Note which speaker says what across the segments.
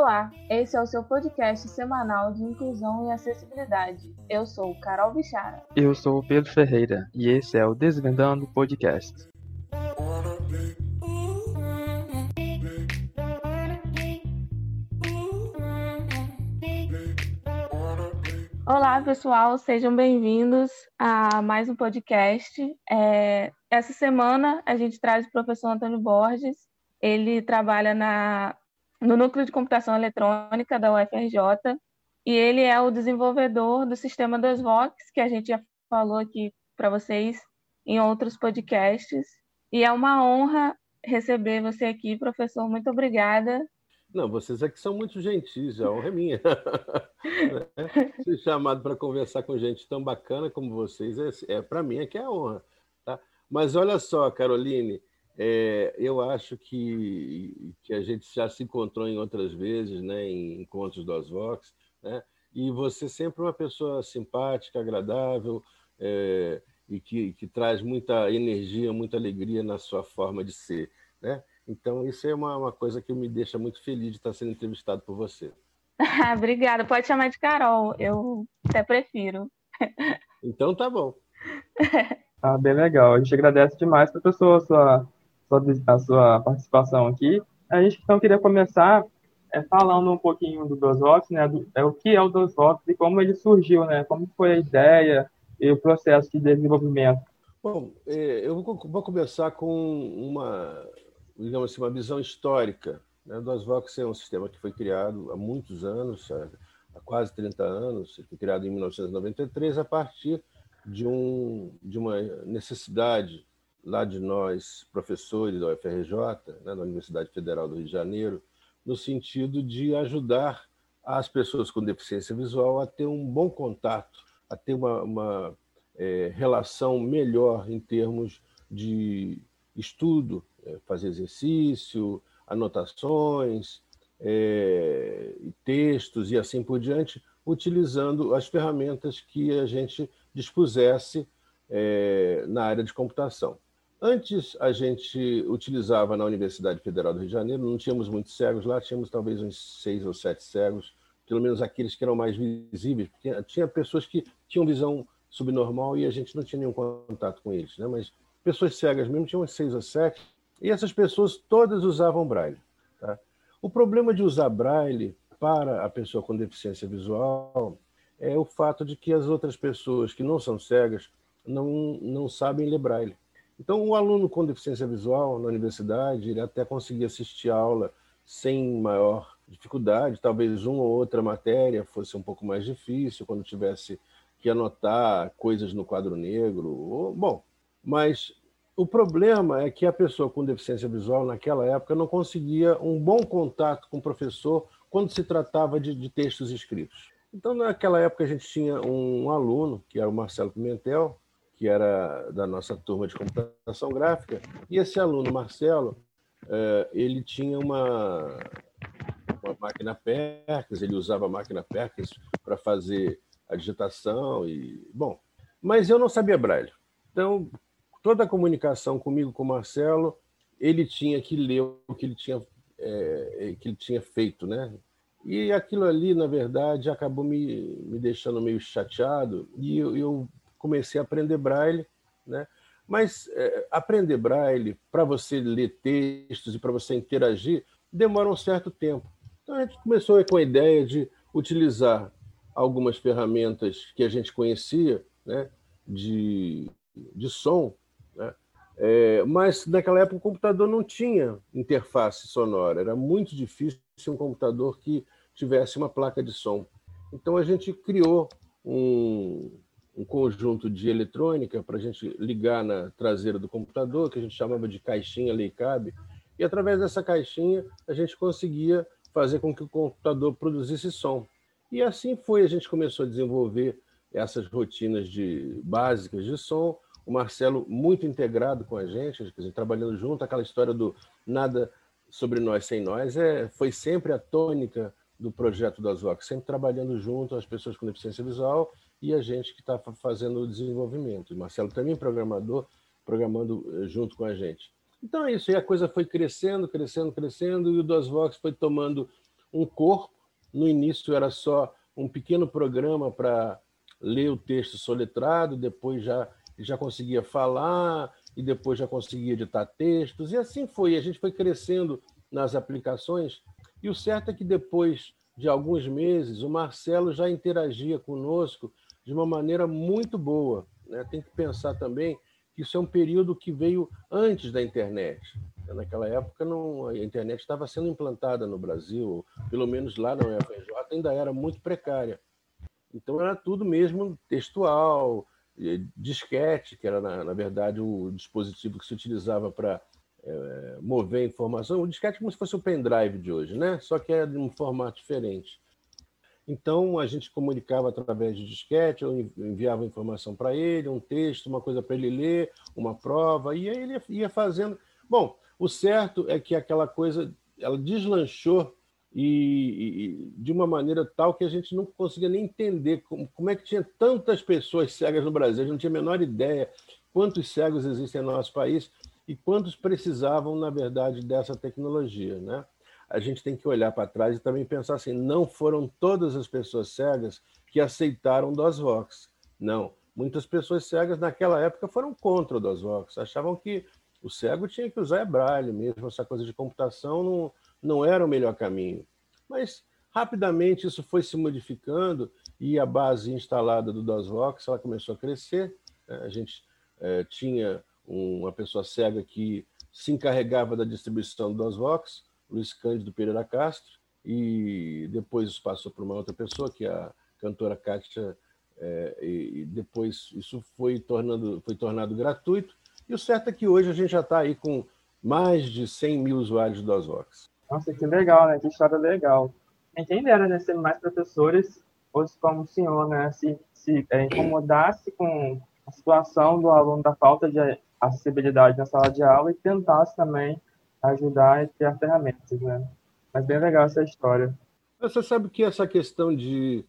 Speaker 1: Olá, esse é o seu podcast semanal de inclusão e acessibilidade. Eu sou Carol Bichara.
Speaker 2: Eu sou o Pedro Ferreira e esse é o Desvendando Podcast.
Speaker 1: Olá, pessoal, sejam bem-vindos a mais um podcast. Essa semana a gente traz o professor Antônio Borges. Ele trabalha no Núcleo de Computação Eletrônica da UFRJ e ele é o desenvolvedor do sistema das Vox, que a gente já falou aqui para vocês em outros podcasts. E é uma honra receber você aqui, professor. Muito obrigada.
Speaker 3: Não, vocês aqui são muito gentis, a honra é minha. Ser chamado para conversar com gente tão bacana como vocês, para mim aqui é a honra. Tá? Mas olha só, Caroline, eu acho que a gente já se encontrou em outras vezes, né, em encontros do Vox, né, e você sempre é uma pessoa simpática, agradável, e que traz muita energia, muita alegria na sua forma de ser, né? Então, isso é uma coisa que me deixa muito feliz de estar sendo entrevistado por você.
Speaker 1: Obrigada. Pode chamar de Carol. Eu até prefiro.
Speaker 3: Então, tá bom.
Speaker 2: Bem legal. A gente agradece demais, professor, a sua participação aqui. A gente, então, queria começar falando um pouquinho do DOSVOX, né? O que é o DOSVOX e como ele surgiu, né? Como foi a ideia e o processo de desenvolvimento.
Speaker 3: Bom, eu vou começar com digamos assim, uma visão histórica. Né? O DOSVOX é um sistema que foi criado há muitos anos, há quase 30 anos, foi criado em 1993, a partir de uma necessidade lá de nós, professores da UFRJ, né, da Universidade Federal do Rio de Janeiro, no sentido de ajudar as pessoas com deficiência visual a ter um bom contato, a ter uma relação melhor em termos de estudo, fazer exercício, anotações, textos e assim por diante, utilizando as ferramentas que a gente dispusesse na área de computação. Antes, a gente utilizava na Universidade Federal do Rio de Janeiro, não tínhamos muitos cegos lá, tínhamos talvez uns 6 ou 7 cegos, pelo menos aqueles que eram mais visíveis, porque tinha pessoas que tinham visão subnormal e a gente não tinha nenhum contato com eles, né? Mas pessoas cegas mesmo tinham uns 6 ou 7, e essas pessoas todas usavam braille. Tá? O problema de usar braille para a pessoa com deficiência visual é o fato de que as outras pessoas que não são cegas não sabem ler braille. Então, o aluno com deficiência visual na universidade, ele até conseguia assistir a aula sem maior dificuldade, talvez uma ou outra matéria fosse um pouco mais difícil, quando tivesse que anotar coisas no quadro negro. Mas o problema é que a pessoa com deficiência visual, naquela época, não conseguia um bom contato com o professor quando se tratava de textos escritos. Então, naquela época, a gente tinha um aluno, que era o Marcelo Pimentel, que era da nossa turma de computação gráfica, e esse aluno, Marcelo, ele tinha uma máquina Perkins, ele usava a máquina Perkins para fazer a digitação, mas eu não sabia braille. Então, toda a comunicação comigo, com o Marcelo, ele tinha que ler o que ele tinha feito, né? E aquilo ali, na verdade, acabou me deixando meio chateado, e eu comecei a aprender braille, né? Mas aprender braille, para você ler textos e para você interagir, demora um certo tempo. Então a gente começou com a ideia de utilizar algumas ferramentas que a gente conhecia, né, de som, né? Mas naquela época o computador não tinha interface sonora, era muito difícil um computador que tivesse uma placa de som. Então a gente criou um conjunto de eletrônica para a gente ligar na traseira do computador, que a gente chamava de caixinha Leicabe, e através dessa caixinha a gente conseguia fazer com que o computador produzisse som. E assim foi, a gente começou a desenvolver essas rotinas básicas de som, o Marcelo muito integrado com a gente, trabalhando junto, aquela história do nada sobre nós sem nós, foi sempre a tônica do projeto da Vox, sempre trabalhando junto as pessoas com deficiência visual e a gente que está fazendo o desenvolvimento. O Marcelo também programando junto com a gente. Então é isso, e a coisa foi crescendo, e o DOSVOX foi tomando um corpo. No início era só um pequeno programa para ler o texto soletrado, depois já conseguia falar, e depois já conseguia editar textos, e assim foi. A gente foi crescendo nas aplicações, e o certo é que depois de alguns meses, o Marcelo já interagia conosco de uma maneira muito boa, né? Tem que pensar também que isso é um período que veio antes da internet. Naquela época, a internet estava sendo implantada no Brasil, pelo menos lá na UFRJ, ainda era muito precária. Então, era tudo mesmo textual, disquete, que era, na verdade, o dispositivo que se utilizava para mover informação. O disquete é como se fosse o pendrive de hoje, né? Só que é de um formato diferente. Então, a gente comunicava através de disquete, eu enviava informação para ele, um texto, uma coisa para ele ler, uma prova, e aí ele ia fazendo. Bom, o certo é que aquela coisa ela deslanchou e de uma maneira tal que a gente não conseguia nem entender como é que tinha tantas pessoas cegas no Brasil. A gente não tinha a menor ideia quantos cegos existem no nosso país e quantos precisavam, na verdade, dessa tecnologia, né? A gente tem que olhar para trás e também pensar assim, não foram todas as pessoas cegas que aceitaram o DOSVox. Não. Muitas pessoas cegas naquela época foram contra o DOSVox, achavam que o cego tinha que usar braille mesmo, essa coisa de computação não era o melhor caminho. Mas, rapidamente, isso foi se modificando e a base instalada do DOSVox ela começou a crescer. A gente tinha uma pessoa cega que se encarregava da distribuição do DOSVox, Luiz Cândido Pereira Castro, e depois isso passou para uma outra pessoa, que é a cantora Kátia, e depois isso foi tornado gratuito, e o certo é que hoje a gente já está aí com mais de 100 mil usuários do DOSVox.
Speaker 2: Nossa, que legal, né? Que história legal. Quem dera, né? Ser mais professores, fosse como o senhor, né? Se incomodasse com a situação do aluno da falta de acessibilidade na sala de aula e tentasse também ajudar e criar ferramentas, né? Mas bem legal essa história.
Speaker 3: Você sabe que essa questão de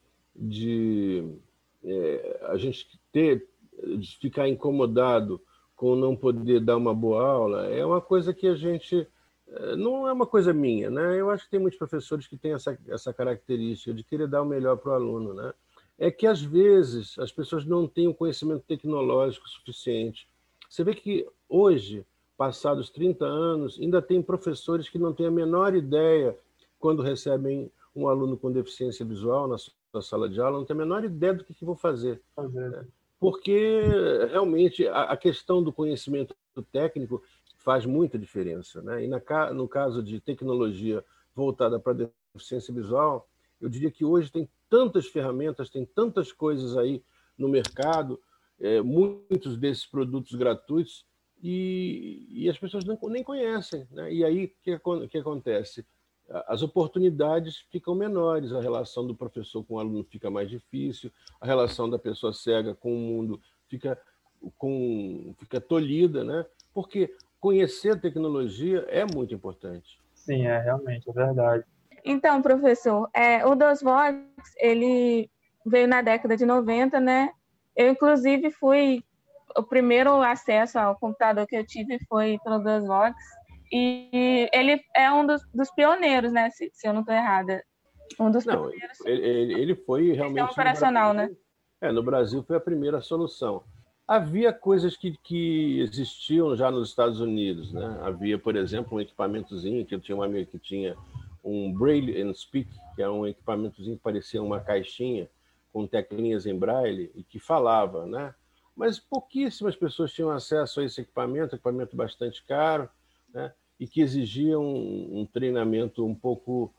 Speaker 3: a gente de ficar incomodado com não poder dar uma boa aula é uma coisa que a gente não é uma coisa minha, né? Eu acho que tem muitos professores que têm essa característica de querer dar o melhor para o aluno, né? É que às vezes as pessoas não têm o conhecimento tecnológico suficiente. Você vê que hoje, passados 30 anos, ainda tem professores que não têm a menor ideia quando recebem um aluno com deficiência visual na sua sala de aula, não tem a menor ideia do que vou fazer. Porque realmente a questão do conhecimento técnico faz muita diferença, né? E no caso de tecnologia voltada para a deficiência visual, eu diria que hoje tem tantas ferramentas, tem tantas coisas aí no mercado, muitos desses produtos gratuitos, e as pessoas nem conhecem, né? E aí, o que acontece? As oportunidades ficam menores, a relação do professor com o aluno fica mais difícil, a relação da pessoa cega com o mundo fica tolhida, né? Porque conhecer a tecnologia é muito importante.
Speaker 2: Sim, realmente, é verdade.
Speaker 1: Então, professor, o DOSVox, ele veio na década de 90, né? Eu, inclusive, o primeiro acesso ao computador que eu tive foi pelo DOSVox, e ele é um dos pioneiros, né? Se eu não estou errada. Um dos
Speaker 3: primeiros. Ele foi realmente
Speaker 1: operacional, né?
Speaker 3: No Brasil foi a primeira solução. Havia coisas que existiam já nos Estados Unidos, né? Havia, por exemplo, um equipamentozinho que eu tinha um amigo que tinha um Braille and Speak, que era um equipamentozinho que parecia uma caixinha com teclinhas em braille e que falava, né? Mas pouquíssimas pessoas tinham acesso a esse equipamento bastante caro, né? E que exigia um treinamento um pouco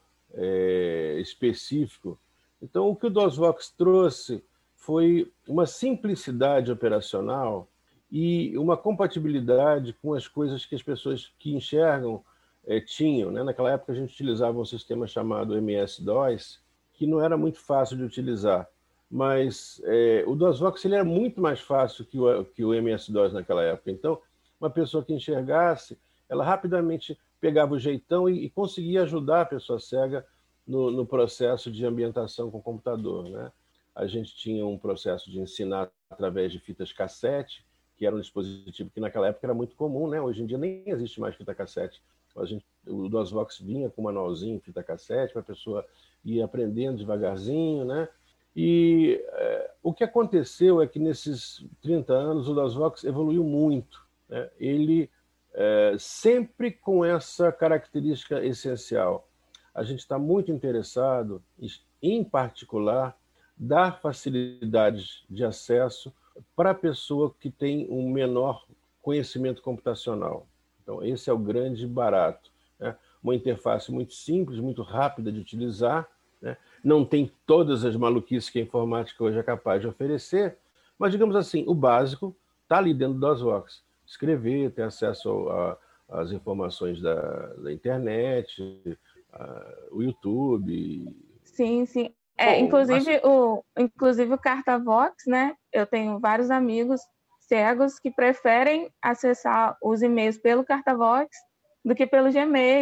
Speaker 3: específico. Então, o que o DOSVox trouxe foi uma simplicidade operacional e uma compatibilidade com as coisas que as pessoas que enxergam tinham, né? Naquela época a gente utilizava um sistema chamado MS-DOS, que não era muito fácil de utilizar, mas o DOSVox ele era muito mais fácil que o MS-DOS naquela época. Então, uma pessoa que enxergasse, ela rapidamente pegava o jeitão e conseguia ajudar a pessoa cega no processo de ambientação com o computador, né? A gente tinha um processo de ensinar através de fitas cassete, que era um dispositivo que naquela época era muito comum, né? Hoje em dia nem existe mais fita cassete. O DOSVox vinha com um manualzinho, fita cassete, para a pessoa ir aprendendo devagarzinho, né? E o que aconteceu é que nesses 30 anos o DOSVox evoluiu muito, né? Ele sempre com essa característica essencial. A gente está muito interessado, em particular, dar facilidades de acesso para a pessoa que tem um menor conhecimento computacional. Então, esse é o grande barato, né? Uma interface muito simples, muito rápida de utilizar, né? Não tem todas as maluquices que a informática hoje é capaz de oferecer, mas, digamos assim, o básico está ali dentro do DOSVox. Escrever, ter acesso às informações da internet, o YouTube.
Speaker 1: Sim, sim.
Speaker 3: Bom,
Speaker 1: Inclusive o Cartavox, né? Eu tenho vários amigos cegos que preferem acessar os e-mails pelo Cartavox do que pelo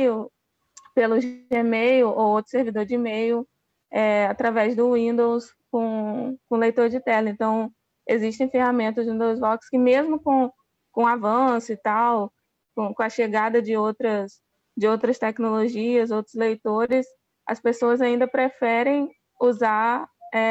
Speaker 1: Gmail ou outro servidor de e-mail através do Windows com leitor de tela. Então, existem ferramentas do DOSVox que mesmo com avanço e tal, com a chegada de outras tecnologias, outros leitores, as pessoas ainda preferem usar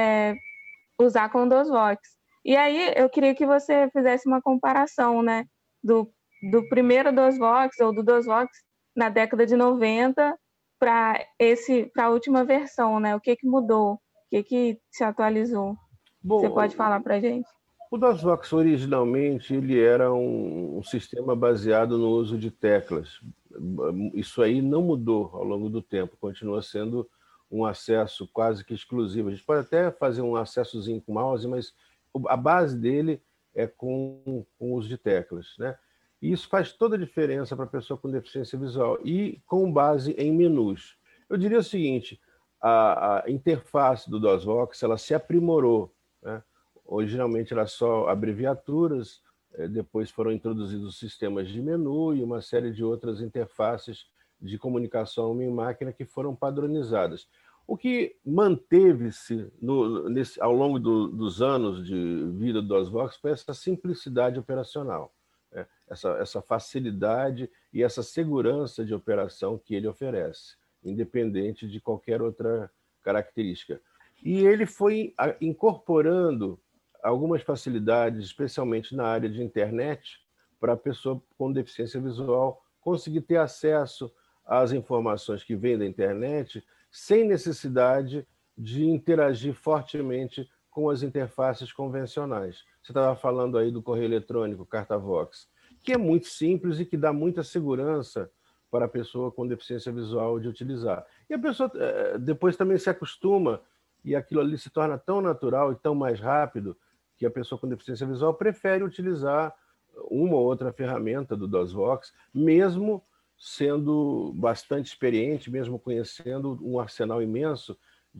Speaker 1: com o DOSVox. E aí eu queria que você fizesse uma comparação, né, do primeiro DOSVox ou do DOSVox na década de 90 para a última versão, né? O que mudou? O que se atualizou?
Speaker 3: Bom,
Speaker 1: você pode falar para a gente?
Speaker 3: O DOSVox originalmente ele era um sistema baseado no uso de teclas. Isso aí não mudou ao longo do tempo, continua sendo um acesso quase que exclusivo. A gente pode até fazer um acessozinho com mouse, mas a base dele é com o uso de teclas, né? E isso faz toda a diferença para a pessoa com deficiência visual e com base em menus. Eu diria o seguinte, a interface do DOSVox ela se aprimorou, né? Originalmente era só abreviaturas, depois foram introduzidos sistemas de menu e uma série de outras interfaces de comunicação homem-máquina que foram padronizadas. O que manteve-se ao longo dos anos de vida do DOSVox foi essa simplicidade operacional, né? Essa facilidade e essa segurança de operação que ele oferece, independente de qualquer outra característica. E ele foi incorporando algumas facilidades, especialmente na área de internet, para a pessoa com deficiência visual conseguir ter acesso às informações que vêm da internet sem necessidade de interagir fortemente com as interfaces convencionais. Você estava falando aí do correio eletrônico, Cartavox, que é muito simples e que dá muita segurança para a pessoa com deficiência visual de utilizar. E a pessoa depois também se acostuma e aquilo ali se torna tão natural e tão mais rápido que a pessoa com deficiência visual prefere utilizar uma ou outra ferramenta do DOSVox, mesmo sendo bastante experiente, mesmo conhecendo um arsenal imenso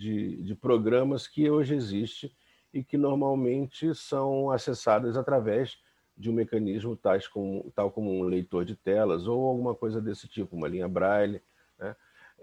Speaker 3: de programas que hoje existe e que normalmente são acessados através de um mecanismo tal como um leitor de telas ou alguma coisa desse tipo, uma linha Braille, né?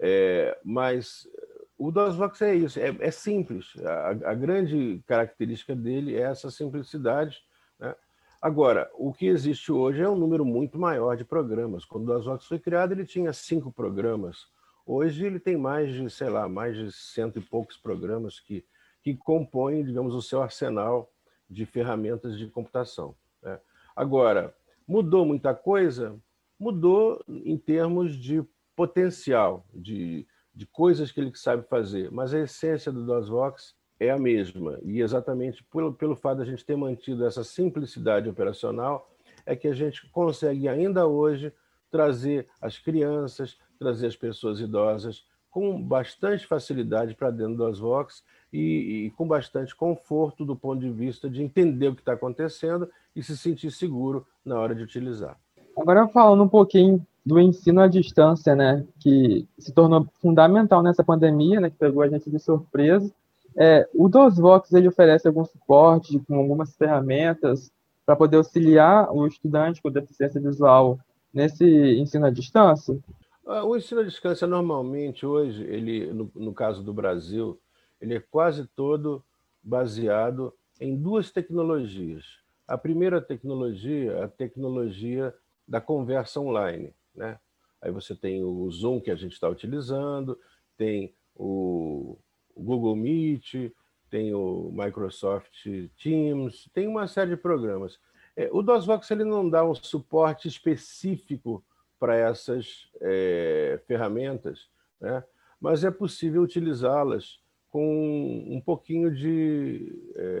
Speaker 3: Mas o DOSVox é isso, é simples. A grande característica dele é essa simplicidade, né? Agora, o que existe hoje é um número muito maior de programas. Quando o DOSVox foi criado, ele tinha 5 programas. Hoje ele tem mais de 100 e poucos programas que compõem, digamos, o seu arsenal de ferramentas de computação, né? Agora, mudou muita coisa? Mudou em termos de potencial, de coisas que ele sabe fazer, mas a essência do DOSVox é a mesma. E exatamente pelo fato de a gente ter mantido essa simplicidade operacional, é que a gente consegue ainda hoje trazer as crianças, trazer as pessoas idosas com bastante facilidade para dentro do DOSVox e com bastante conforto do ponto de vista de entender o que está acontecendo e se sentir seguro na hora de utilizar.
Speaker 2: Agora, falando um pouquinho do ensino à distância, né, que se tornou fundamental nessa pandemia, né, que pegou a gente de surpresa. O DOSVox ele oferece algum suporte com algumas ferramentas para poder auxiliar o estudante com deficiência visual nesse ensino à distância?
Speaker 3: O ensino à distância, normalmente, hoje, ele, no caso do Brasil, ele é quase todo baseado em 2 tecnologias. A primeira tecnologia é a tecnologia da conversa online, né? Aí você tem o Zoom que a gente está utilizando, tem o Google Meet, tem o Microsoft Teams, tem uma série de programas. O DOSVox ele não dá um suporte específico para essas ferramentas, né? Mas é possível utilizá-las com um pouquinho de,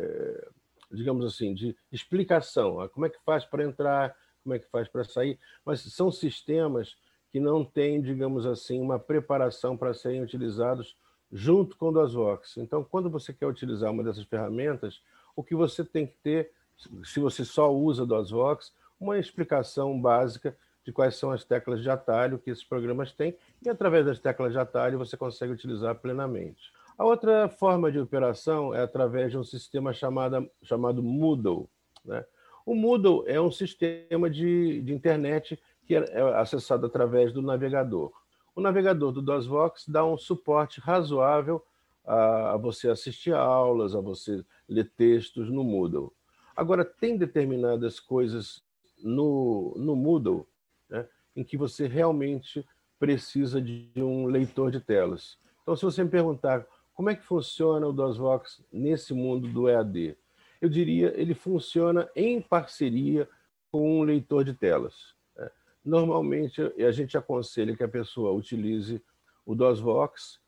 Speaker 3: digamos assim, de explicação. Como é que faz para entrar, como é que faz para sair, mas são sistemas que não têm, digamos assim, uma preparação para serem utilizados junto com o DOSVox. Então, quando você quer utilizar uma dessas ferramentas, o que você tem que ter, se você só usa DOSVox, uma explicação básica de quais são as teclas de atalho que esses programas têm, e através das teclas de atalho você consegue utilizar plenamente. A outra forma de operação é através de um sistema chamado Moodle, né? O Moodle é um sistema de internet que é acessado através do navegador. O navegador do DOSVox dá um suporte razoável a você assistir aulas, a você ler textos no Moodle. Agora, tem determinadas coisas no Moodle, né, em que você realmente precisa de um leitor de telas. Então, se você me perguntar como é que funciona o DOSVox nesse mundo do EAD, eu diria ele funciona em parceria com um leitor de telas. Normalmente, a gente aconselha que a pessoa utilize o DOSVox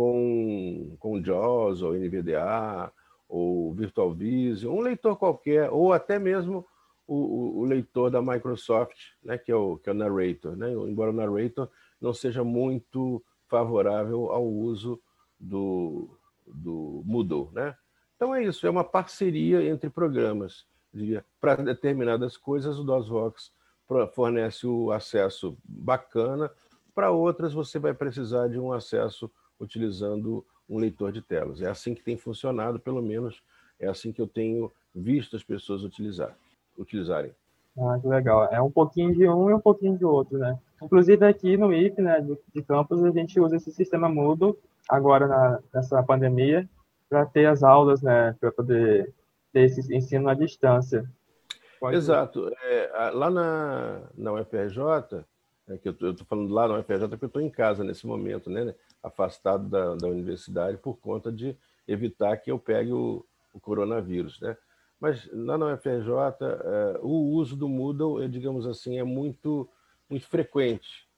Speaker 3: com JAWS, ou NVDA, ou Virtual Vision, um leitor qualquer, ou até mesmo o leitor da Microsoft, né, que é o Narrator, né? Embora o Narrator não seja muito favorável ao uso do Moodle, né? Então é isso, é uma parceria entre programas. Para determinadas coisas, o DOSVox fornece o acesso bacana, para outras você vai precisar de um acesso utilizando um leitor de telas. É assim que tem funcionado, pelo menos é assim que eu tenho visto as pessoas utilizarem.
Speaker 2: Ah, que legal. É um pouquinho de um e um pouquinho de outro, né? Inclusive aqui no IF, né, de campus, a gente usa esse sistema Moodle agora nessa pandemia para ter as aulas, né, para poder ter esse ensino à distância.
Speaker 3: Exato. Lá na UFRJ, que eu estou falando lá na UFRJ porque eu estou em casa nesse momento, né, afastado da universidade por conta de evitar que eu pegue o coronavírus, né? Mas lá na UFRJ, o uso do Moodle, digamos assim, é muito, muito frequente.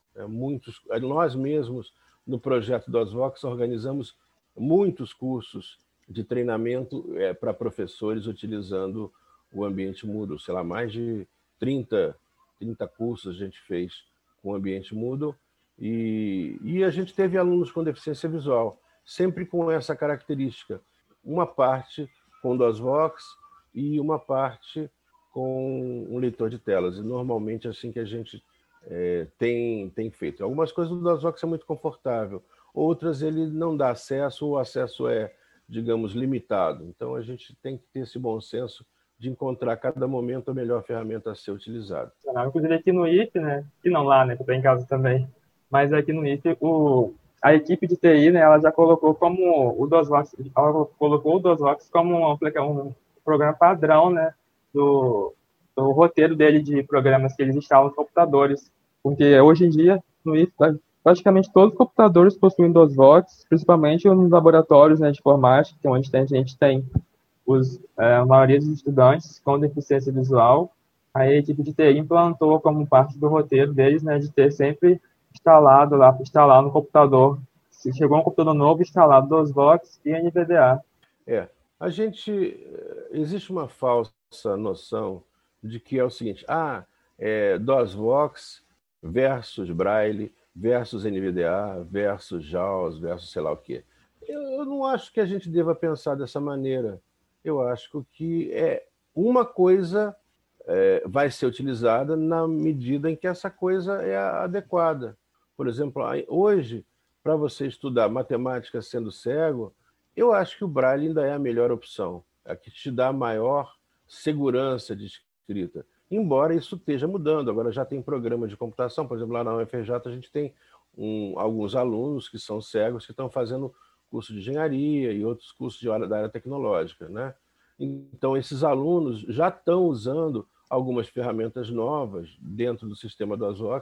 Speaker 3: Nós mesmos, no projeto DOSVox, organizamos muitos cursos de treinamento para professores utilizando o ambiente Moodle. Sei lá, mais de 30 cursos a gente fez com o ambiente Moodle, e a gente teve alunos com deficiência visual, sempre com essa característica. Uma parte com DOSVox e uma parte com um leitor de telas. E normalmente é assim que a gente tem feito. Algumas coisas do DOSVox é muito confortável, outras ele não dá acesso, ou o acesso é, digamos, limitado. Então a gente tem que ter esse bom senso de encontrar a cada momento a melhor ferramenta a ser utilizada.
Speaker 2: Inclusive aqui no IF, né? E não lá, né? Que eu estou em casa também. Mas aqui no IF, a equipe de TI, né? Ela já colocou como o DOSVox, ela colocou o DOSVox como um programa padrão, né? Do roteiro dele de programas que eles instalam nos computadores. Porque hoje em dia, no IF, praticamente todos os computadores possuem DOSVox, principalmente nos laboratórios, né, de informática, que é onde a gente tem a maioria dos estudantes com deficiência visual. A equipe de TI implantou como parte do roteiro deles, né, de ter sempre instalado no computador. Se chegou um computador novo, instalado DOSVox e NVDA.
Speaker 3: Existe uma falsa noção de que é o seguinte: DOSVox versus Braille versus NVDA versus JAWS versus sei lá o quê. Eu não acho que a gente deva pensar dessa maneira. Eu acho que uma coisa vai ser utilizada na medida em que essa coisa é adequada. Por exemplo, hoje, para você estudar matemática sendo cego, eu acho que o Braille ainda é a melhor opção, a que te dá maior segurança de escrita. Embora isso esteja mudando, agora já tem programa de computação, por exemplo, lá na UFRJ a gente tem alguns alunos que são cegos que estão fazendo curso de engenharia e outros cursos da área tecnológica, né? Então, esses alunos já estão usando algumas ferramentas novas dentro do sistema DOSVox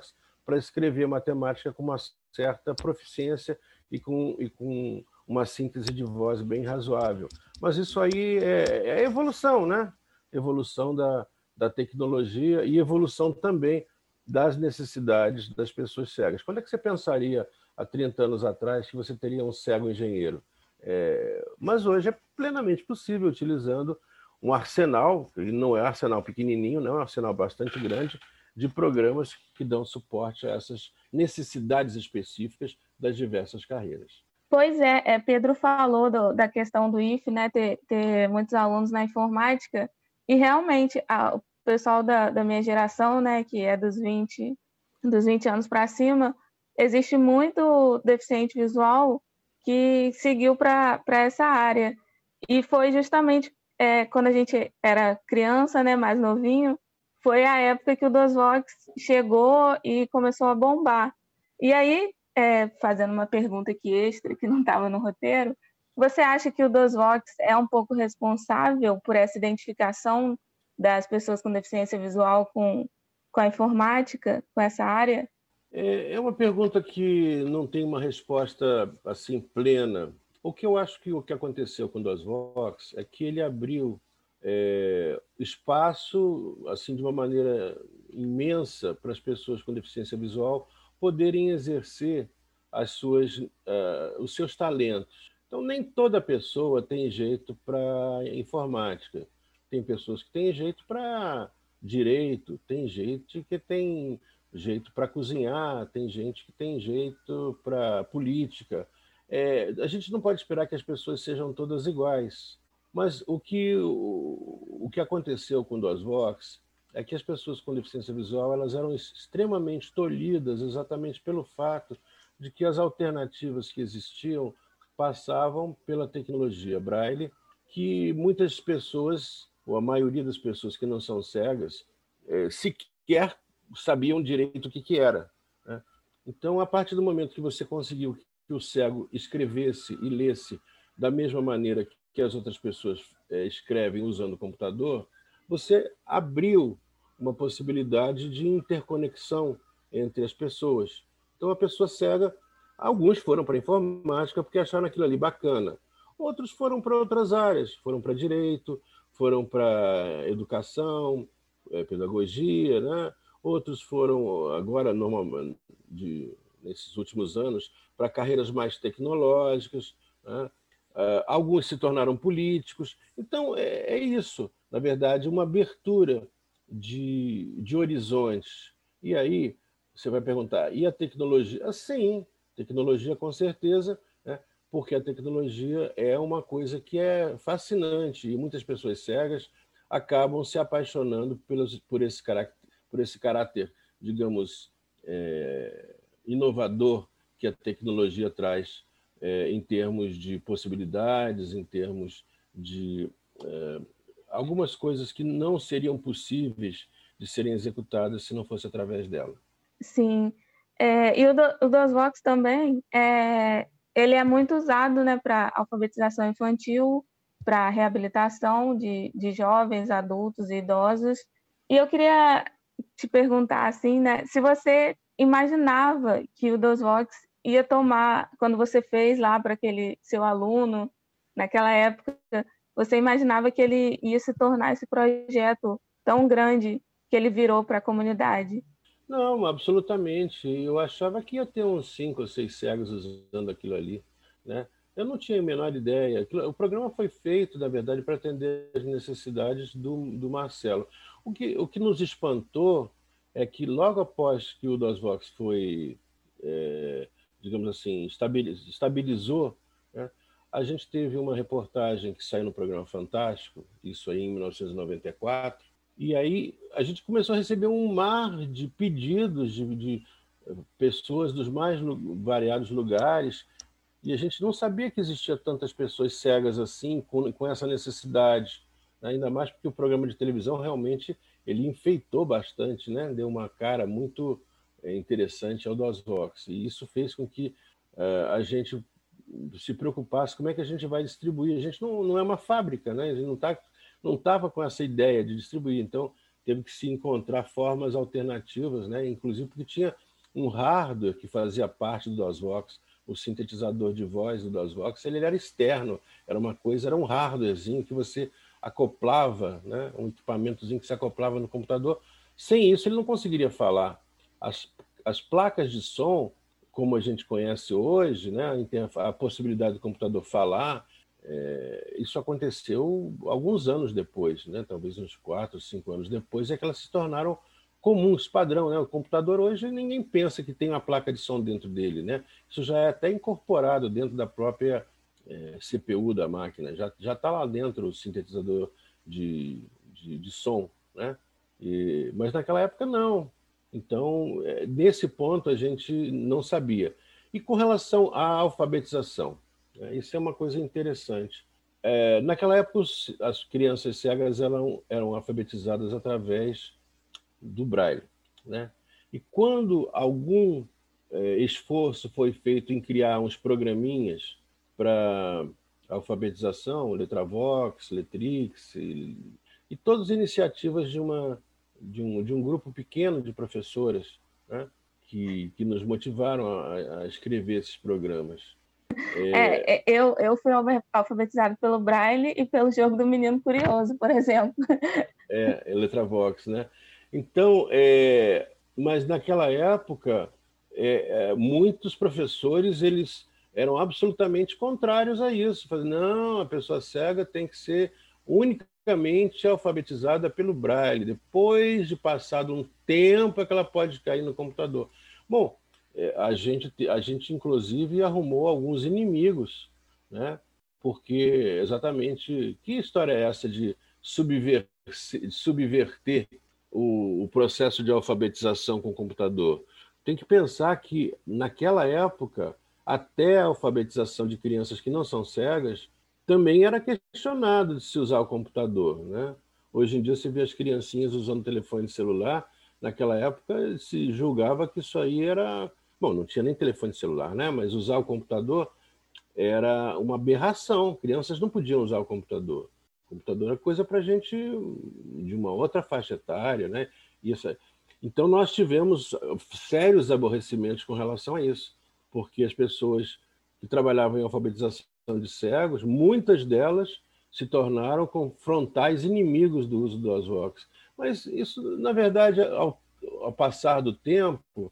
Speaker 3: para escrever matemática com uma certa proficiência e com uma síntese de voz bem razoável. Mas isso aí é evolução, né? Evolução da tecnologia e evolução também das necessidades das pessoas cegas. Quando é que você pensaria, há 30 anos atrás, que você teria um cego engenheiro? Mas hoje é plenamente possível, utilizando um arsenal, e não é um arsenal pequenininho, não é um arsenal bastante grande, de programas que dão suporte a essas necessidades específicas das diversas carreiras.
Speaker 1: Pois é, Pedro falou da questão do IFE, né, ter muitos alunos na informática, e realmente o pessoal da minha geração, né, que é dos 20 anos para cima, existe muito deficiente visual que seguiu para essa área. E foi justamente quando a gente era criança, né, mais novinho, foi a época que o DOSVox chegou e começou a bombar. E aí, fazendo uma pergunta aqui extra, que não estava no roteiro, você acha que o DOSVox é um pouco responsável por essa identificação das pessoas com deficiência visual com a informática, com essa área?
Speaker 3: É uma pergunta que não tem uma resposta assim plena. O que eu acho que o que aconteceu com o DOSVox é que ele abriu espaço assim de uma maneira imensa para as pessoas com deficiência visual poderem exercer os seus talentos. Então, nem toda pessoa tem jeito para informática. Tem pessoas que têm jeito para direito, tem gente que tem jeito para cozinhar, tem gente que tem jeito para política. A gente não pode esperar que as pessoas sejam todas iguais. Mas o que aconteceu com o DOSVox é que as pessoas com deficiência visual elas eram extremamente tolhidas exatamente pelo fato de que as alternativas que existiam passavam pela tecnologia Braille, que muitas pessoas, ou a maioria das pessoas que não são cegas, sequer sabiam direito o que era, né? Então, a partir do momento que você conseguiu que o cego escrevesse e lesse da mesma maneira que as outras pessoas escrevem usando o computador, você abriu uma possibilidade de interconexão entre as pessoas. Então, a pessoa cega, alguns foram para a informática porque acharam aquilo ali bacana. Outros foram para outras áreas, foram para direito, foram para educação, pedagogia, né? Outros foram, agora, normalmente, nesses últimos anos, para carreiras mais tecnológicas, né? Alguns se tornaram políticos. Então, é isso, na verdade, uma abertura de horizontes. E aí, você vai perguntar, e a tecnologia? Sim, tecnologia com certeza, né? Porque a tecnologia é uma coisa que é fascinante e muitas pessoas cegas acabam se apaixonando por esse caráter, digamos, inovador que a tecnologia traz em termos de possibilidades, em termos de algumas coisas que não seriam possíveis de serem executadas se não fosse através dela.
Speaker 1: Sim. E o DOSVox também, ele é muito usado, né, para alfabetização infantil, para reabilitação de jovens, adultos e idosos. E eu queria te perguntar, assim, né, se você imaginava que o DOSVox ia tomar, quando você fez lá para aquele seu aluno, naquela época, você imaginava que ele ia se tornar esse projeto tão grande que ele virou para a comunidade?
Speaker 3: Não, absolutamente. Eu achava que ia ter uns 5 ou 6 cegos usando aquilo ali, né? Eu não tinha a menor ideia. O programa foi feito, na verdade, para atender as necessidades do Marcelo. O que nos espantou é que logo após que o DOSVox foi, digamos assim, estabilizou, né? A gente teve uma reportagem que saiu no programa Fantástico, isso aí em 1994, e aí a gente começou a receber um mar de pedidos de pessoas dos mais variados lugares, e a gente não sabia que existia tantas pessoas cegas assim, com essa necessidade, né? Ainda mais porque o programa de televisão realmente ele enfeitou bastante, né? Deu uma cara muito interessante ao DOSVox, e isso fez com que a gente se preocupasse como é que a gente vai distribuir. A gente não é uma fábrica, né? A gente não estava com essa ideia de distribuir, então teve que se encontrar formas alternativas, né? Inclusive porque tinha um hardware que fazia parte do DOSVox, o sintetizador de voz do DOSVox, ele era externo, era um hardwarezinho que você acoplava, né, um equipamentozinho que se acoplava no computador. Sem isso, ele não conseguiria falar. As placas de som, como a gente conhece hoje, né, a possibilidade do computador falar, isso aconteceu alguns anos depois, né, talvez uns 4, 5 anos depois, é que elas se tornaram comuns, padrão, né? O computador hoje ninguém pensa que tem uma placa de som dentro dele, né? Isso já é até incorporado dentro da própria CPU da máquina, já está lá dentro o sintetizador de som, né? Mas naquela época não. Então, nesse ponto a gente não sabia. E com relação à alfabetização, né? Isso é uma coisa interessante. Naquela época as crianças cegas eram alfabetizadas através do Braille, né? E quando algum esforço foi feito em criar uns programinhas para alfabetização, Letravox, Letrix, e todas as iniciativas de um grupo pequeno de professoras, né, que nos motivaram a escrever esses programas.
Speaker 1: Eu fui alfabetizado pelo Braille e pelo jogo do Menino Curioso, por exemplo.
Speaker 3: Letravox, né? Então, mas naquela época, muitos professores eles eram absolutamente contrários a isso. Falaram, não, a pessoa cega tem que ser unicamente alfabetizada pelo Braille. Depois de passado um tempo é que ela pode cair no computador. Bom, a gente inclusive arrumou alguns inimigos, né? Porque exatamente que história é essa de subverter o processo de alfabetização com o computador? Tem que pensar que, naquela época, até a alfabetização de crianças que não são cegas, também era questionado de se usar o computador, né? Hoje em dia, você vê as criancinhas usando telefone celular. Naquela época, se julgava que isso aí era... Bom, não tinha nem telefone celular, né? Mas usar o computador era uma aberração. Crianças não podiam usar o computador. O computador é coisa para gente de uma outra faixa etária, né? Isso. Então, nós tivemos sérios aborrecimentos com relação a isso, porque as pessoas que trabalhavam em alfabetização de cegos, muitas delas se tornaram frontais inimigos do uso do DOSVox. Mas isso, na verdade, ao passar do tempo,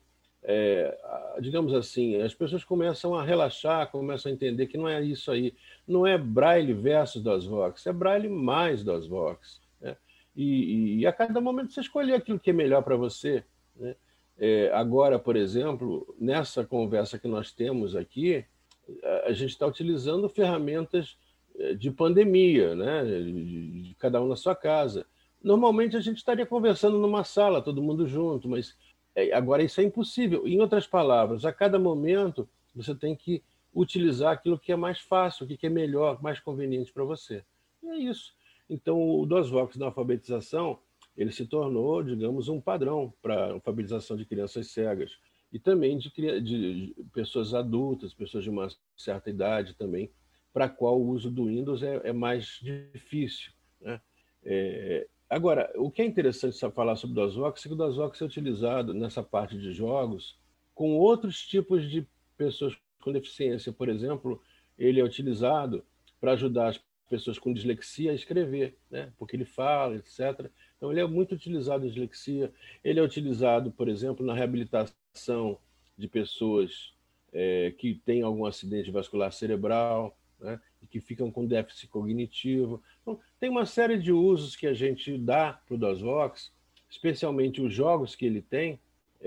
Speaker 3: digamos assim, as pessoas começam a relaxar, começam a entender que não é isso aí, não é Braille versus DOSVox, é Braille mais DOSVox, né? E a cada momento você escolher aquilo que é melhor para você, né? Agora, por exemplo, nessa conversa que nós temos aqui, a gente está utilizando ferramentas de pandemia, né? De cada um na sua casa. Normalmente a gente estaria conversando numa sala, todo mundo junto, mas agora isso é impossível. Em outras palavras, a cada momento você tem que utilizar aquilo que é mais fácil, o que é melhor, mais conveniente para você. E é isso. Então, o DOSVox na alfabetização, ele se tornou, digamos, um padrão para a alfabetização de crianças cegas. E também de pessoas adultas, pessoas de uma certa idade também, para a qual o uso do Windows é mais difícil, né? Agora, o que é interessante falar sobre o DOSVox é que o DOSVox é utilizado nessa parte de jogos com outros tipos de pessoas com deficiência. Por exemplo, ele é utilizado para ajudar as pessoas com dislexia a escrever, né? Porque ele fala, etc. Então, ele é muito utilizado em dislexia. Ele é utilizado, por exemplo, na reabilitação de pessoas que têm algum acidente vascular cerebral, né? E que ficam com déficit cognitivo. Então, tem uma série de usos que a gente dá para o DOSVox, especialmente os jogos que ele tem,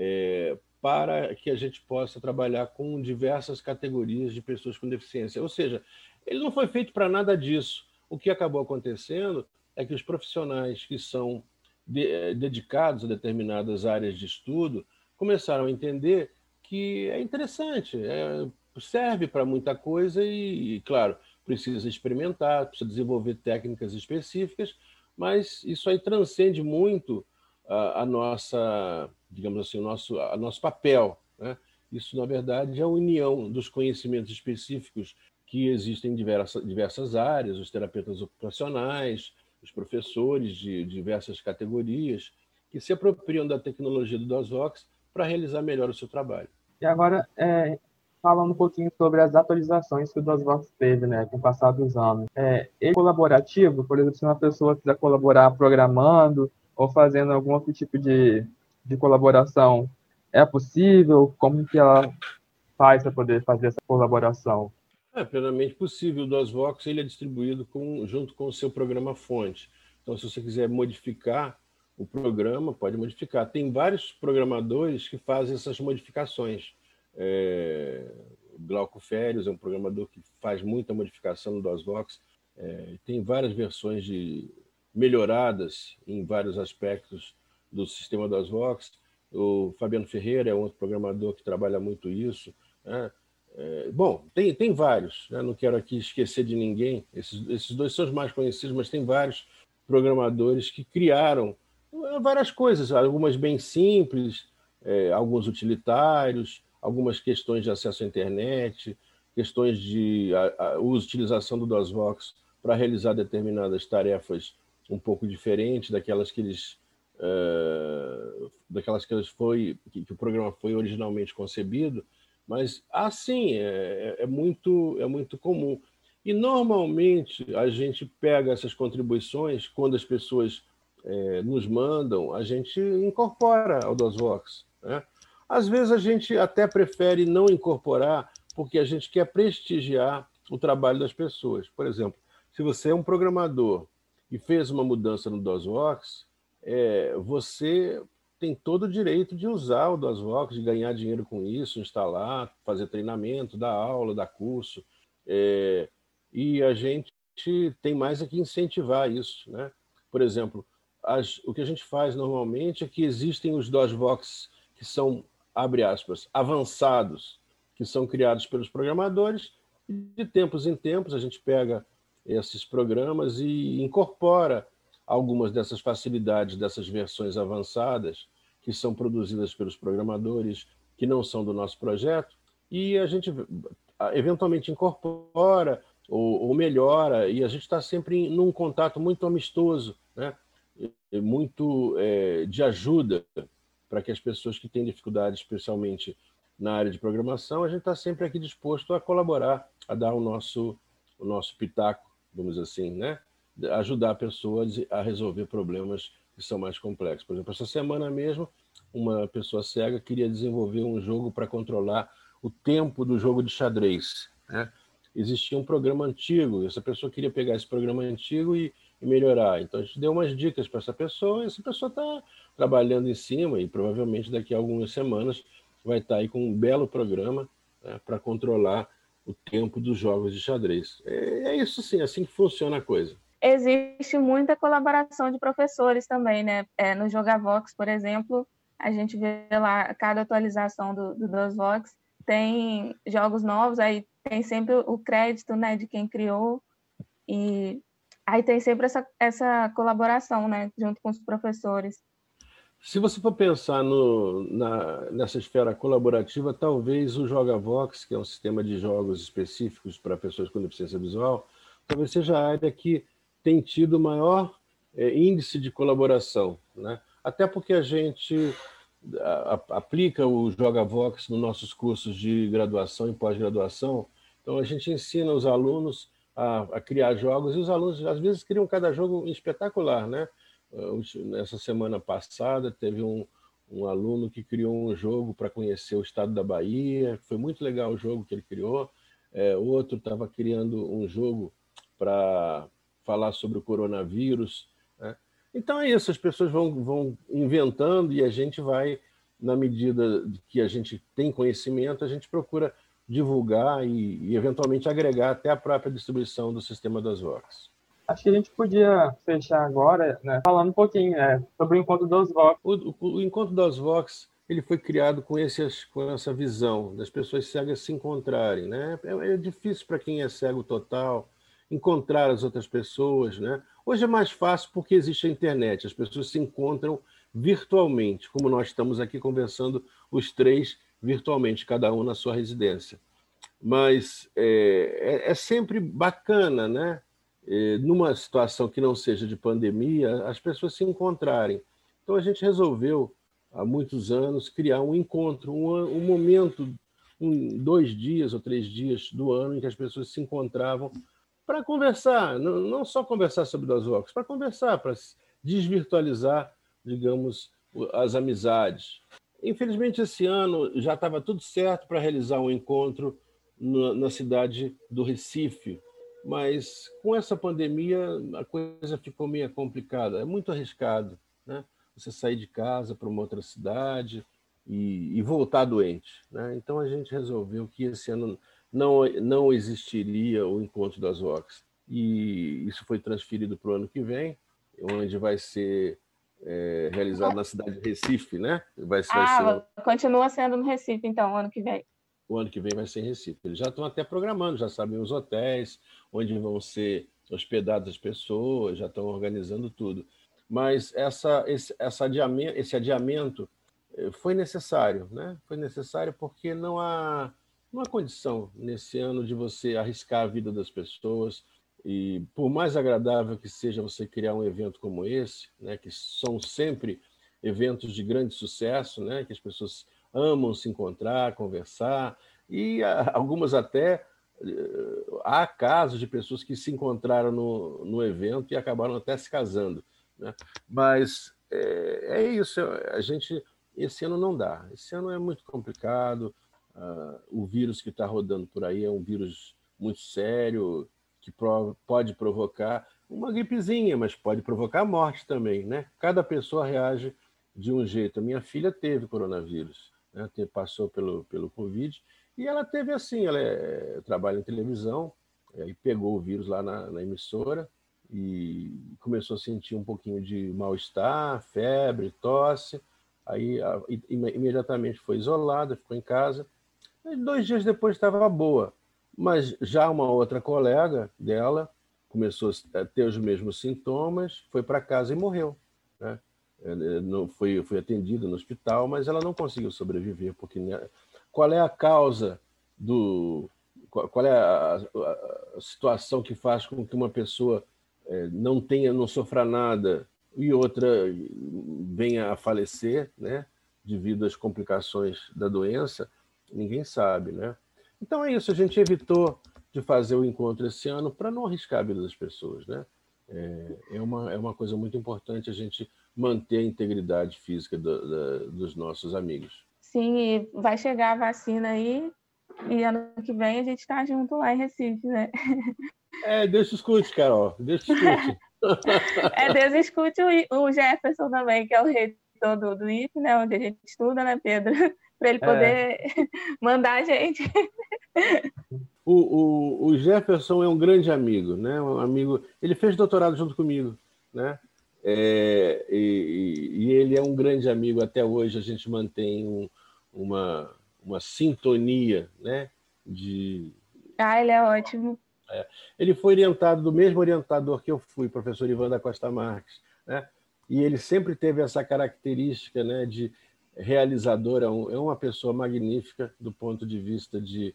Speaker 3: para que a gente possa trabalhar com diversas categorias de pessoas com deficiência. Ou seja, ele não foi feito para nada disso. O que acabou acontecendo é que os profissionais que são dedicados a determinadas áreas de estudo começaram a entender que é interessante, serve para muita coisa e, claro, precisa experimentar, precisa desenvolver técnicas específicas, mas isso aí transcende muito a nossa, digamos assim, o nosso papel, né? Isso, na verdade, é a união dos conhecimentos específicos que existem em diversas áreas, os terapeutas ocupacionais, os professores de diversas categorias, que se apropriam da tecnologia do DOSVox para realizar melhor o seu trabalho.
Speaker 2: E agora, falando um pouquinho sobre as atualizações que o DOSVox teve, né, com o passar dos anos. Ele é colaborativo, por exemplo, se uma pessoa quiser colaborar programando ou fazendo algum outro tipo de colaboração, é possível? Como que ela faz para poder fazer essa colaboração?
Speaker 3: É plenamente possível. O DOSVox ele é distribuído junto com o seu programa-fonte. Então, se você quiser modificar o programa, pode modificar. Tem vários programadores que fazem essas modificações. Glauco Férias é um programador que faz muita modificação no DOSVox. Tem várias versões melhoradas em vários aspectos do sistema DOSVox. O Fabiano Ferreira é outro programador que trabalha muito isso, né? Bom, tem vários, né? Não quero aqui esquecer de ninguém. Esses dois são os mais conhecidos, mas tem vários programadores que criaram várias coisas, algumas bem simples, alguns utilitários, algumas questões de acesso à internet, questões de utilização do DOSVox para realizar determinadas tarefas um pouco diferentes daquelas que o programa foi originalmente concebido. Mas, assim, é muito comum. E, normalmente, a gente pega essas contribuições, quando as pessoas nos mandam, a gente incorpora ao DOSVox, né? Às vezes, a gente até prefere não incorporar, porque a gente quer prestigiar o trabalho das pessoas. Por exemplo, se você é um programador e fez uma mudança no DOSVox, você tem todo o direito de usar o DOSVox, de ganhar dinheiro com isso, instalar, fazer treinamento, dar aula, dar curso. E a gente tem mais é que incentivar isso, né? Por exemplo, o que a gente faz normalmente é que existem os DOSVox que são, abre aspas, avançados, que são criados pelos programadores, e de tempos em tempos a gente pega esses programas e incorpora algumas dessas facilidades, dessas versões avançadas, que são produzidas pelos programadores, que não são do nosso projeto, e a gente eventualmente incorpora ou melhora, e a gente está sempre num contato muito amistoso, né? Muito de ajuda para que as pessoas que têm dificuldade, especialmente na área de programação, a gente está sempre aqui disposto a colaborar, a dar o nosso pitaco, vamos dizer assim, né? Ajudar pessoas a resolver problemas que são mais complexos. Por exemplo, essa semana mesmo, uma pessoa cega queria desenvolver um jogo para controlar o tempo do jogo de xadrez, né? Existia um programa antigo, essa pessoa queria pegar esse programa antigo e melhorar. Então, a gente deu umas dicas para essa pessoa, e essa pessoa está trabalhando em cima, e provavelmente daqui a algumas semanas vai estar aí com um belo programa, né, para controlar o tempo dos jogos de xadrez. É isso sim, assim que funciona a coisa.
Speaker 1: Existe muita colaboração de professores também, né? No Jogavox, por exemplo, a gente vê lá cada atualização do DOSVox, tem jogos novos, aí tem sempre o crédito, né, de quem criou, e aí tem sempre essa colaboração, né, junto com os professores.
Speaker 3: Se você for pensar nessa esfera colaborativa, talvez o Jogavox, que é um sistema de jogos específicos para pessoas com deficiência visual, talvez seja a área que tem tido o maior índice de colaboração, né? Até porque a gente aplica o Jogavox nos nossos cursos de graduação e pós-graduação. Então, a gente ensina os alunos a criar jogos, e os alunos, às vezes, criam cada jogo espetacular, né? Nessa semana passada, teve um aluno que criou um jogo para conhecer o estado da Bahia. Foi muito legal o jogo que ele criou. Outro estava criando um jogo para falar sobre o coronavírus, né? Então é isso, as pessoas vão inventando, e a gente vai, na medida que a gente tem conhecimento, a gente procura divulgar e eventualmente agregar até a própria distribuição do sistema DOSVox.
Speaker 2: Acho que a gente podia fechar agora, né, falando um pouquinho sobre o Encontro DOSVox.
Speaker 3: O Encontro DOSVox, ele foi criado com essa visão das pessoas cegas se encontrarem, né? É difícil para quem é cego total encontrar as outras pessoas, né? Hoje é mais fácil porque existe a internet, as pessoas se encontram virtualmente, como nós estamos aqui conversando os três virtualmente, cada um na sua residência. Mas é sempre bacana, né? Numa situação que não seja de pandemia, as pessoas se encontrarem. Então a gente resolveu há muitos anos, criar um encontro, um momento, 2 dias ou 3 dias do ano em que as pessoas se encontravam para conversar, não só conversar sobre DOSVOX, para conversar, para desvirtualizar, digamos, as amizades. Infelizmente, esse ano já estava tudo certo para realizar um encontro na cidade do Recife, mas com essa pandemia a coisa ficou meio complicada. É muito arriscado, né? Você sair de casa para uma outra cidade e voltar doente, né? Então a gente resolveu que esse ano não existiria o encontro das Vox. E isso foi transferido para o ano que vem, onde vai ser realizado na cidade de Recife, né? Vai ser
Speaker 1: continua sendo no Recife, então, ano que vem.
Speaker 3: O ano que vem vai ser em Recife. Eles já estão até programando, já sabem os hotéis, onde vão ser hospedadas as pessoas, já estão organizando tudo. Mas esse adiamento foi necessário, né? Foi necessário porque não há condição nesse ano de você arriscar a vida das pessoas. E por mais agradável que seja você criar um evento como esse, né, que são sempre eventos de grande sucesso, né, que as pessoas amam se encontrar, conversar, e algumas até há casos de pessoas que se encontraram no evento e acabaram até se casando, né? Mas é isso, esse ano não dá, esse ano é muito complicado, o vírus que está rodando por aí é um vírus muito sério, que pode provocar uma gripezinha, mas pode provocar morte também, né? Cada pessoa reage de um jeito. A minha filha teve coronavírus, né? Passou pelo Covid, e ela teve assim, ela trabalha em televisão, e pegou o vírus lá na emissora, e começou a sentir um pouquinho de mal-estar, febre, tosse, aí imediatamente foi isolada, ficou em casa, e 2 dias depois estava boa, mas já uma outra colega dela começou a ter os mesmos sintomas, foi para casa e morreu, né? Não foi atendida no hospital, mas ela não conseguiu sobreviver, porque qual é a causa qual é a situação que faz com que uma pessoa não sofra nada e outra venha a falecer, né, devido às complicações da doença? Ninguém sabe, né? Então é isso, a gente evitou de fazer o encontro esse ano para não arriscar a vida das pessoas, né? É uma coisa muito importante a gente manter a integridade física dos nossos amigos.
Speaker 1: Sim, e vai chegar a vacina aí, e ano que vem a gente está junto lá em Recife, né?
Speaker 3: Deus te escute, Carol, Deus te escute.
Speaker 1: Deus escute o Jefferson também, que é o reitor do IFE, né, onde a gente estuda, né, Pedro? Para ele poder mandar a gente.
Speaker 3: O Jefferson é um grande amigo, né? Um amigo. Ele fez doutorado junto comigo, né? E ele é um grande amigo até hoje. A gente mantém uma sintonia, né?
Speaker 1: Ele é ótimo.
Speaker 3: Ele foi orientado do mesmo orientador que eu fui, professor Ivan da Costa Marques, né? E ele sempre teve essa característica, né, de realizador. É uma pessoa magnífica do ponto de vista de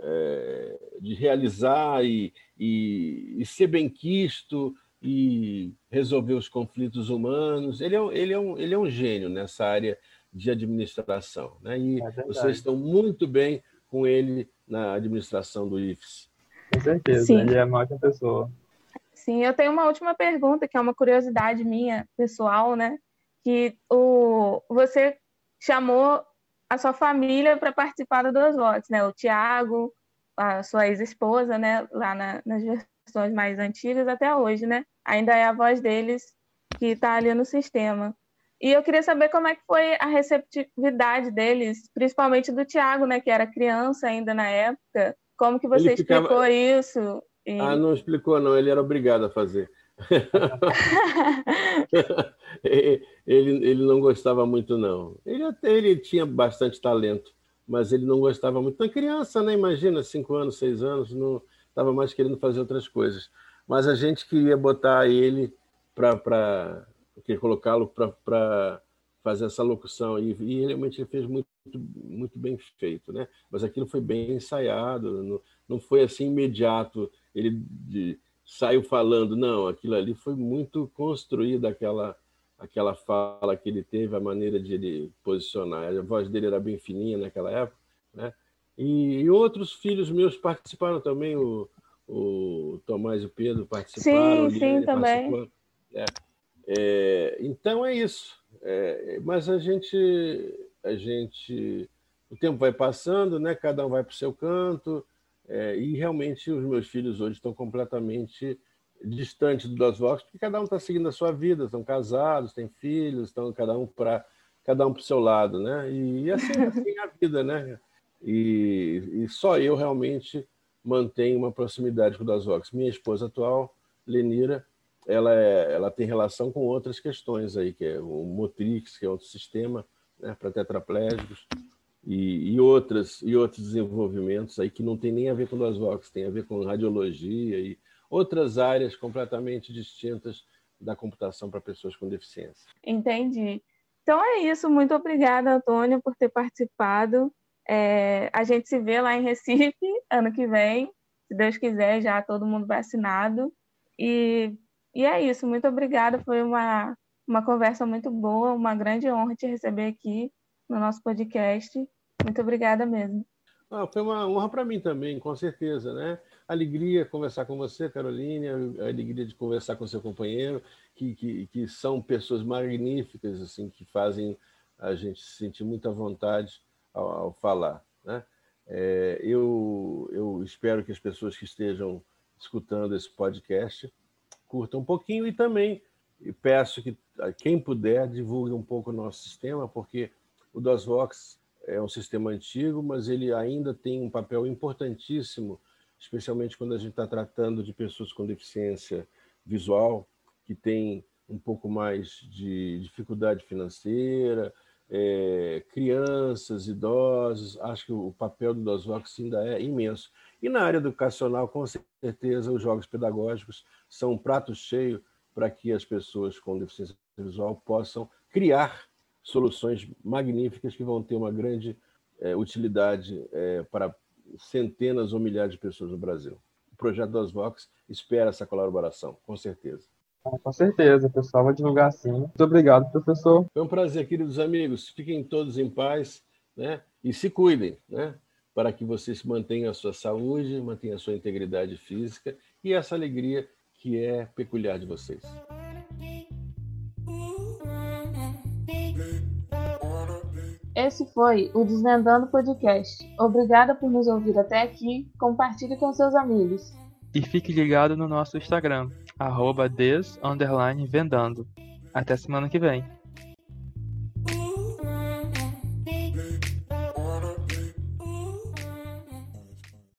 Speaker 3: realizar e ser benquisto e resolver os conflitos humanos. Ele é um gênio nessa área de administração, né? E vocês estão muito bem com ele na administração do IFES.
Speaker 2: Com certeza, sim. Ele é uma ótima pessoa.
Speaker 1: Sim, eu tenho uma última pergunta, que é uma curiosidade minha, pessoal, né? Que você chamou a sua família para participar do DOSVOX, né? O Tiago, a sua ex-esposa, né? Lá nas versões mais antigas até hoje, né? Ainda é a voz deles que está ali no sistema. E eu queria saber como é que foi a receptividade deles, principalmente do Tiago, né? Que era criança ainda na época. Como que você explicou isso?
Speaker 3: Não explicou, não. Ele era obrigado a fazer. Ele não gostava muito, não. Ele tinha bastante talento, mas ele não gostava muito. Então, criança, né? Imagina, 5 anos, 6 anos, não estava mais querendo fazer outras coisas. Mas a gente queria botar ele colocá-lo para fazer essa locução, e realmente ele fez muito, muito bem feito, né? Mas aquilo foi bem ensaiado, não foi assim imediato, ele saiu falando, não, aquilo ali foi muito construído, aquela fala que ele teve, a maneira de ele posicionar. A voz dele era bem fininha naquela época, né? E outros filhos meus participaram também, o Tomás e o Pedro participaram, a Liane
Speaker 1: também.
Speaker 3: participou. Então é isso. Mas a gente, o tempo vai passando, né? Cada um vai para o seu canto, e realmente os meus filhos hoje estão completamente distantes do DOSVox, porque cada um está seguindo a sua vida, estão casados, têm filhos, estão cada um para o seu lado, né? E assim é a vida, né? E só eu realmente mantenho uma proximidade com o DOSVox. Minha esposa atual, Lenira, ela tem relação com outras questões aí, que é o Motrix, que é outro sistema, né, para tetraplégicos, e outros desenvolvimentos aí que não tem nem a ver com o DOSVox, tem a ver com radiologia e outras áreas completamente distintas da computação para pessoas com deficiência.
Speaker 1: Entendi. Então é isso. Muito obrigada, Antônio, por ter participado. A gente se vê lá em Recife ano que vem, se Deus quiser, já todo mundo vacinado. E é isso. Muito obrigada. Foi uma conversa muito boa, uma grande honra te receber aqui no nosso podcast. Muito obrigada mesmo.
Speaker 3: Foi uma honra para mim também, com certeza, né? Alegria conversar com você, Caroline, a alegria de conversar com seu companheiro, que são pessoas magníficas, assim, que fazem a gente se sentir muita vontade ao falar, né? Eu espero que as pessoas que estejam escutando esse podcast curtam um pouquinho e também peço que quem puder divulgue um pouco o nosso sistema, porque o DOSVox é um sistema antigo, mas ele ainda tem um papel importantíssimo, especialmente quando a gente está tratando de pessoas com deficiência visual, que tem um pouco mais de dificuldade financeira, crianças, idosos. Acho que o papel do DOSVox ainda é imenso. E na área educacional, com certeza, os jogos pedagógicos são um prato cheio para que as pessoas com deficiência visual possam criar soluções magníficas que vão ter uma grande utilidade para centenas ou milhares de pessoas no Brasil. O projeto DOSVox espera essa colaboração, com certeza.
Speaker 2: Com certeza, pessoal, vou divulgar sim. Muito obrigado, professor.
Speaker 3: Foi um prazer, queridos amigos. Fiquem todos em paz, né? E se cuidem, né? Para que vocês mantenham a sua saúde, mantenham a sua integridade física e essa alegria que é peculiar de vocês.
Speaker 1: Esse foi o Desvendando Podcast. Obrigada por nos ouvir até aqui. Compartilhe com seus amigos.
Speaker 4: E fique ligado no nosso Instagram, @des_vendando. Até semana que vem.